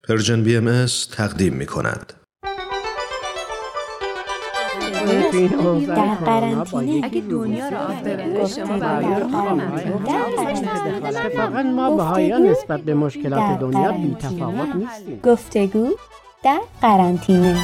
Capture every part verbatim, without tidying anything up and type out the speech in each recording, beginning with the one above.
پرژن بی ام اس تقدیم می کند. در قرنطینه اگه دنیا رو آب ببره شما اتفاقا ما بهاییان نسبت به مشکلات دنیا بی تفاوت نیستیم. گفتگو در قرنطینه.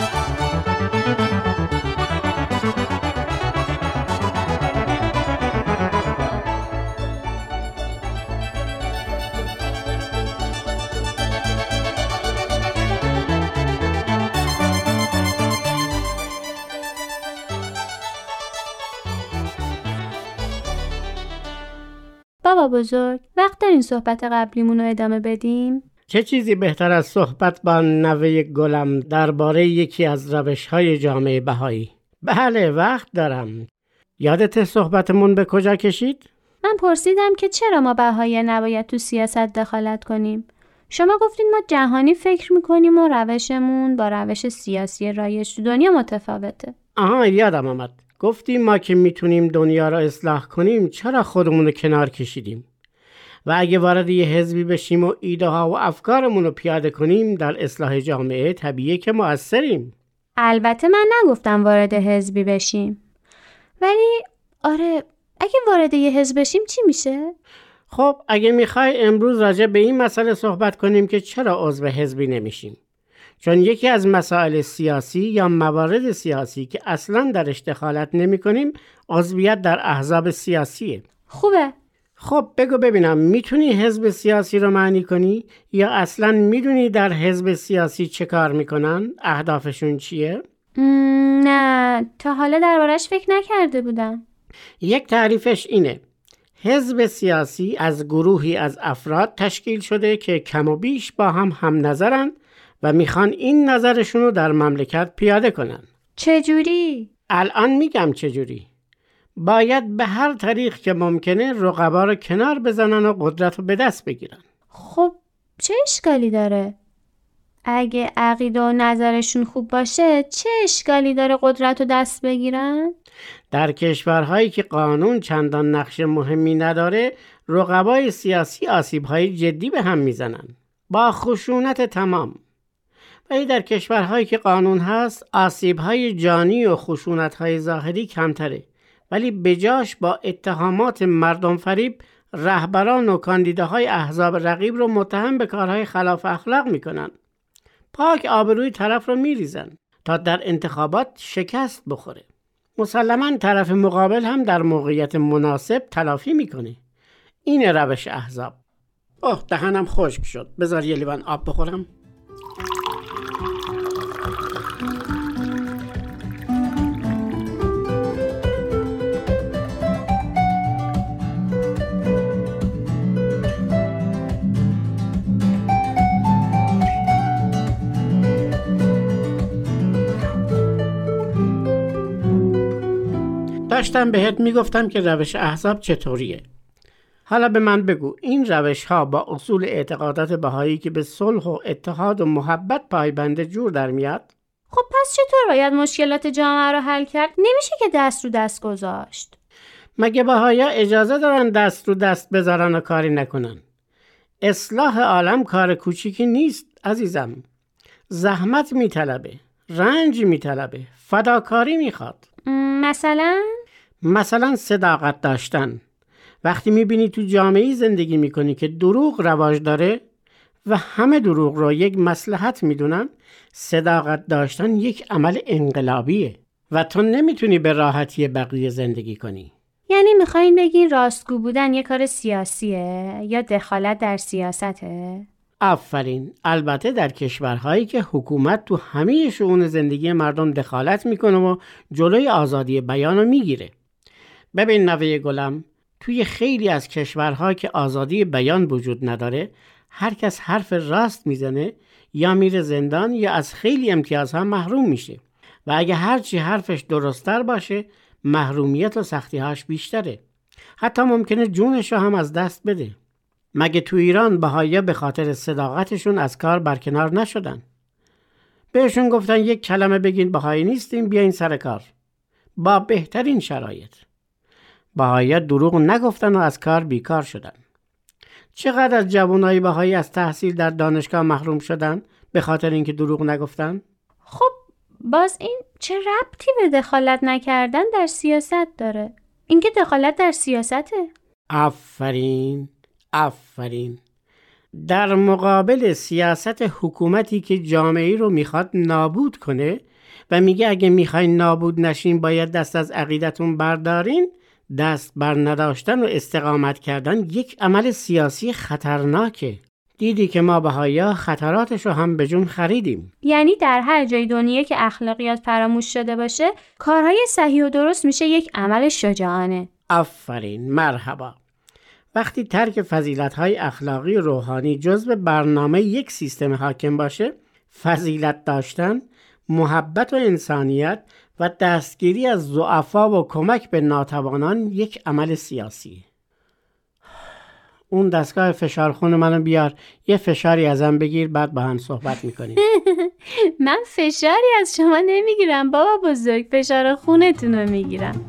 بابا بزرگ، وقت دارین صحبت قبلیمون رو ادامه بدیم؟ چه چیزی بهتر از صحبت با نوه گلم درباره یکی از روش‌های جامعه بهایی؟ بله وقت دارم. یادت صحبتمون به کجا کشید؟ من پرسیدم که چرا ما بهایی نباید تو سیاست دخالت کنیم؟ شما گفتین ما جهانی فکر میکنیم و روشمون با روش سیاسی رایج تو دنیا متفاوته. آها یادم آمد. گفتیم ما که میتونیم دنیا را اصلاح کنیم چرا خودمون رو کنار کشیدیم؟ و اگه وارد یه حزبی بشیم و ایده ها و افکارمون رو پیاده کنیم در اصلاح جامعه طبیعیه که مؤثریم. البته من نگفتم وارد حزبی بشیم. ولی آره اگه وارد یه حزب بشیم چی میشه؟ خب اگه میخوای امروز راجع به این مسئله صحبت کنیم که چرا عضو حزبی نمیشیم. چون یکی از مسائل سیاسی یا موارد سیاسی که اصلاً درش دخالت نمی کنیم عضویت در احزاب سیاسیه. خوبه. خب بگو ببینم میتونی حزب سیاسی رو معنی کنی یا اصلاً میدونی در حزب سیاسی چه کار میکنن؟ اهدافشون چیه؟ نه تا حالا دربارش فکر نکرده بودم. یک تعریفش اینه: حزب سیاسی از گروهی از افراد تشکیل شده که کم و بیش با هم هم نظرن و میخوان این نظرشون رو در مملکت پیاده کنن. چجوری؟ الان میگم چجوری. باید به هر طریق که ممکنه رقبا رو کنار بزنن و قدرت رو به دست بگیرن. خب چه اشکالی داره؟ اگه عقیده و نظرشون خوب باشه چه اشکالی داره قدرت رو دست بگیرن؟ در کشورهایی که قانون چندان نقش مهمی نداره رقبای سیاسی آسیب‌های جدی به هم میزنن با خشونت تمام. ولی در کشورهایی که قانون هست آسیب‌های جانی و خشونت‌های ظاهری کمتره، ولی بجاش با اتهامات مردم فریب رهبران و کاندیداهای احزاب رقیب رو متهم به کارهای خلاف اخلاق میکنن. پاک آبروی طرف رو میریزن تا در انتخابات شکست بخوره. مسلماً طرف مقابل هم در موقعیت مناسب تلافی میکنه. این روش احزاب. اوه دهنم خشک شد. بذار یه لیوان آب بخورم. داشتم بهت میگفتم که روش احزاب چطوریه. حالا به من بگو این روش ها با اصول اعتقادات بهایی که به صلح و اتحاد و محبت پایبنده جور در میاد؟ خب پس چطور باید مشکلات جامعه رو حل کرد؟ نمیشه که دست رو دست گذاشت. مگه بهایا اجازه دارن دست رو دست بذارن و کاری نکنن؟ اصلاح عالم کار کوچیکی نیست عزیزم. زحمت میطلبه، رنج میطلبه، فداکاری میخواد. مثلا؟ مثلا صداقت داشتن. وقتی میبینی تو جامعه‌ای زندگی میکنی که دروغ رواج داره و همه دروغ رو یک مصلحت میدونن، صداقت داشتن یک عمل انقلابیه و تو نمیتونی به راحتی بقیه زندگی کنی. یعنی میخواین بگین راستگو بودن یک کار سیاسیه یا دخالت در سیاسته؟ آفرین. البته در کشورهایی که حکومت تو همه شئون زندگی مردم دخالت میکنه و جلوی آزادی بیان رو میگیره. ببین نوه گلم، توی خیلی از کشورها که آزادی بیان وجود نداره هر کس حرف راست میزنه یا میره زندان یا از خیلی امتیازها محروم میشه و اگه هرچی حرفش درست‌تر باشه محرومیت و سختی‌هاش بیشتره. حتی ممکنه جونش رو هم از دست بده. مگه تو ایران بهایی‌ها به خاطر صداقتشون از کار برکنار نشدن؟ بهشون گفتن یک کلمه بگین بهایی نیستیم بیاین سر کار. با بهترین شرایط. بهایی‌ها دروغ نگفتن و از کار بیکار شدن. چقدر از جوانای بهایی از تحصیل در دانشگاه محروم شدن به خاطر اینکه دروغ نگفتن؟ خب باز این چه ربطی به دخالت نکردن در سیاست داره؟ اینکه دخالت در سیاسته. آفرین، آفرین. در مقابل سیاست حکومتی که جامعه رو میخواد نابود کنه و میگه اگه میخواین نابود نشین باید دست از عقیدتون بردارین، دست بر نداشتن و استقامت کردن یک عمل سیاسی خطرناکه. دیدی که ما بهایی‌ها خطراتش رو هم به جون خریدیم. یعنی در هر جای دنیا که اخلاقیات فراموش شده باشه، کارهای صحیح و درست میشه یک عمل شجاعانه. آفرین، مرحبا. وقتی ترک فضیلت‌های اخلاقی و روحانی جزو برنامه یک سیستم حاکم باشه، فضیلت داشتن، محبت و انسانیت و دستگیری از ضعفا و کمک به ناتوانان یک عمل سیاسی. اون دستگاه فشارخون منو بیار، یه فشاری ازم بگیر، بعد با هم صحبت میکنیم. من فشاری از شما نمیگیرم بابا بزرگ، فشار خونتون رو میگیرم.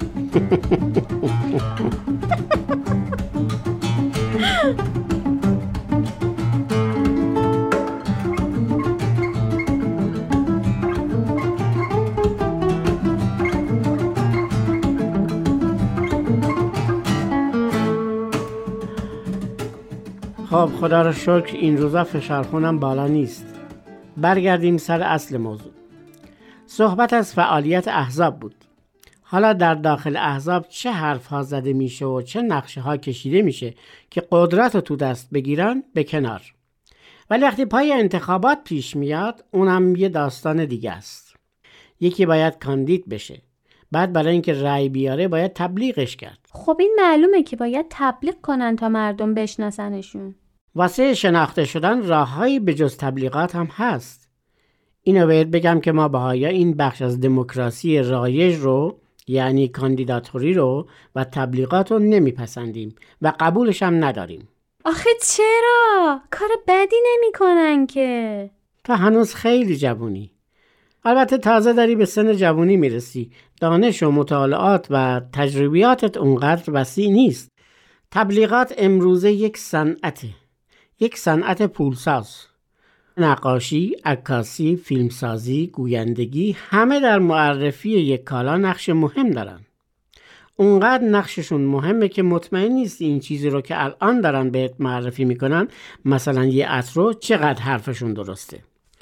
خب خدا رو شکر این روزا فشارخونم بالا نیست. برگردیم سر اصل موضوع. صحبت از فعالیت احزاب بود. حالا در داخل احزاب چه حرف ها زده میشه و چه نقشه ها کشیده میشه که قدرت رو تو دست بگیرن به کنار. ولی وقتی پای انتخابات پیش میاد اونم یه داستان دیگه است. یکی باید کاندید بشه. بعد برای اینکه رأی بیاره باید تبلیغش کرد. خب این معلومه که باید تبلیغ کنن تا مردم بشناسنشون. واسه شناخته شدن راههایی به جز تبلیغات هم هست. اینو باید بگم که ما بهایا این بخش از دموکراسی رایج رو، یعنی کاندیداتوری رو و تبلیغات رو نمیپسندیم و قبولش هم نداریم. آخه چرا؟ کار بدی نمی کنن که. تو هنوز خیلی جوونی. البته تازه داری به سن جوونی میرسی. دانش و مطالعات و تجربیاتت اونقدر وسیع نیست. تبلیغات امروزه یک صنعته. یک صنعت پولساز. نقاشی، عکاسی، فیلمسازی، گویندگی همه در معرفی یک کالا نقش مهم دارن. اونقدر نقششون مهمه که مطمئن نیستی این چیزی رو که الان دارن بهت معرفی میکنن، مثلا یه عطر رو، چقدر حرفشون درسته.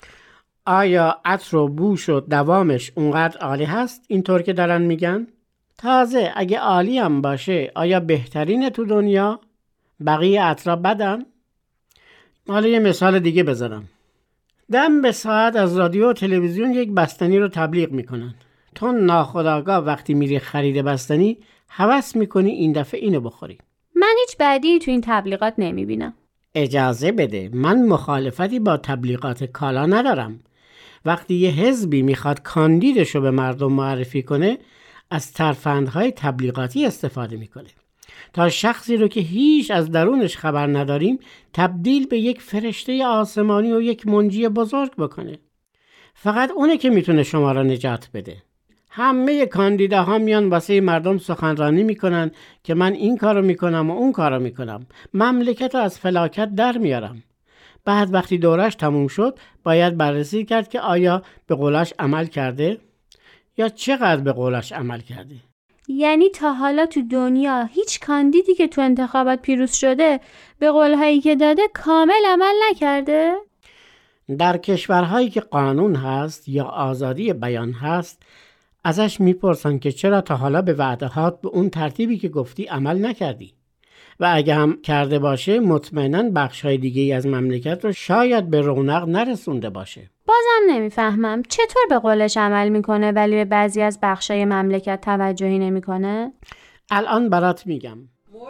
آیا عطر و بوش و دوامش اونقدر عالی هست اینطور که دارن میگن؟ تازه اگه عالی هم باشه آیا بهترینه تو دنیا؟ بقیه عطرها بدن؟ حالا یه مثال دیگه بزنم. دم به ساعت از رادیو و تلویزیون یک بستنی رو تبلیغ میکنن. تو ناخودآگاه وقتی میری خرید بستنی هوس میکنی این دفعه اینو بخوری. من هیچ بدی تو این تبلیغات نمیبینم. اجازه بده، من مخالفتی با تبلیغات کالا ندارم. وقتی یه حزبی میخواد کاندیدش رو به مردم معرفی کنه از ترفندهای تبلیغاتی استفاده میکنه تا شخصی رو که هیچ از درونش خبر نداریم تبدیل به یک فرشته آسمانی و یک منجی بزرگ بکنه. فقط اونه که میتونه شما را نجات بده. همه کاندیداها میان واسه مردم سخنرانی میکنن که من این کارو میکنم و اون کارو میکنم، مملکت رو از فلاکت در میارم. بعد وقتی دورش تموم شد باید بررسی کرد که آیا به قولش عمل کرده یا چقدر به قولش عمل کرده. یعنی تا حالا تو دنیا هیچ کاندیدی که تو انتخابات پیروز شده به قولهایی که داده کامل عمل نکرده؟ در کشورهایی که قانون هست یا آزادی بیان هست ازش میپرسن که چرا تا حالا به وعدهات به اون ترتیبی که گفتی عمل نکردی و اگه هم کرده باشه مطمئناً بخش‌های دیگه‌ای از مملکت رو شاید به رونق نرسونده باشه. بازم نمیفهمم چطور به قولش عمل میکنه ولی به بعضی از بخشای مملکت توجهی نمیکنه؟ الان برات میگم.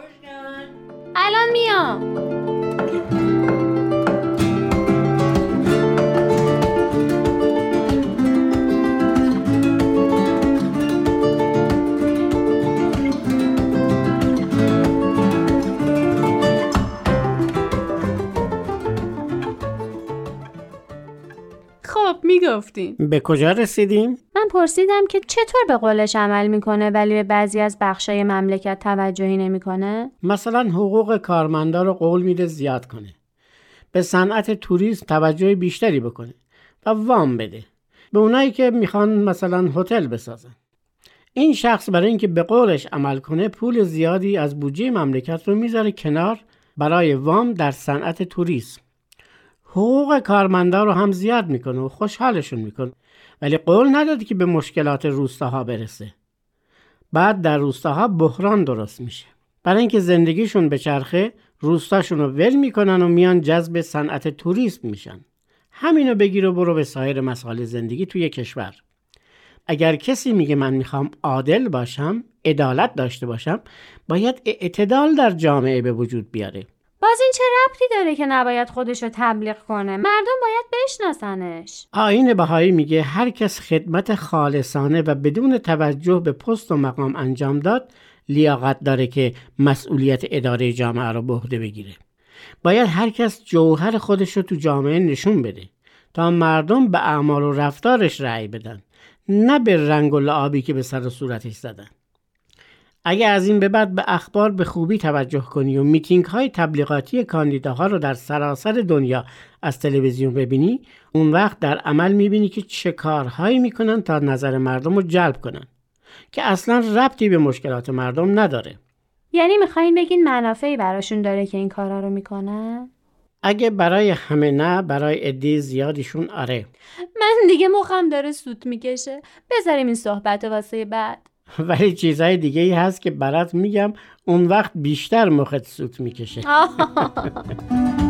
الان میام. خب میگفتین. به کجا رسیدیم؟ من پرسیدم که چطور به قولش عمل میکنه ولی به بعضی از بخشای مملکت توجهی نمیکنه؟ مثلا حقوق کارمندا رو قول میده زیاد کنه. به صنعت توریسم توجه بیشتری بکنه و وام بده به اونایی که میخوان مثلا هتل بسازن. این شخص برای اینکه به قولش عمل کنه پول زیادی از بودجه مملکت رو میذاره کنار برای وام در صنعت توریسم. حقوق کارمندا رو هم زیاد میکنه و خوشحالشون میکنه، ولی قول نداده که به مشکلات روستاها برسه. بعد در روستاها بحران درست میشه. برای اینکه زندگیشون بچرخه روستاشون رو ول میکنن و میان جذب صنعت توریسم میشن. همینو بگیر و برو به سایر مسائل زندگی توی کشور. اگر کسی میگه من میخوام عادل باشم، عدالت داشته باشم، باید اعتدال در جامعه به وجود بیاره. باز این چه ربطی داره که نباید خودشو تبلیغ کنه؟ مردم باید بشناسنش. آیین بهایی میگه هر کس خدمت خالصانه و بدون توجه به پست و مقام انجام داد لیاقت داره که مسئولیت اداره جامعه رو به عهده بگیره. باید هر کس جوهر خودش رو تو جامعه نشون بده تا مردم به اعمال و رفتارش رأی بدن، نه به رنگ و لعابی که به سر و صورتش زدن. اگه از این به بعد به اخبار به خوبی توجه کنی و میتینگ های تبلیغاتی کاندیداها رو در سراسر دنیا از تلویزیون ببینی، اون وقت در عمل میبینی که چه کارهایی میکنن تا نظر مردم رو جلب کنن که اصلا ربطی به مشکلات مردم نداره. یعنی میخواین بگین منافعی براشون داره که این کارا رو میکنن؟ اگه برای همه نه، برای عده زیادیشون آره. من دیگه مخم داره سوت میکشه. بذاریم این صحبت واسه بعد. ولی چیزهای دیگه ای هست که برات میگم، اون وقت بیشتر مخت سوت میکشه.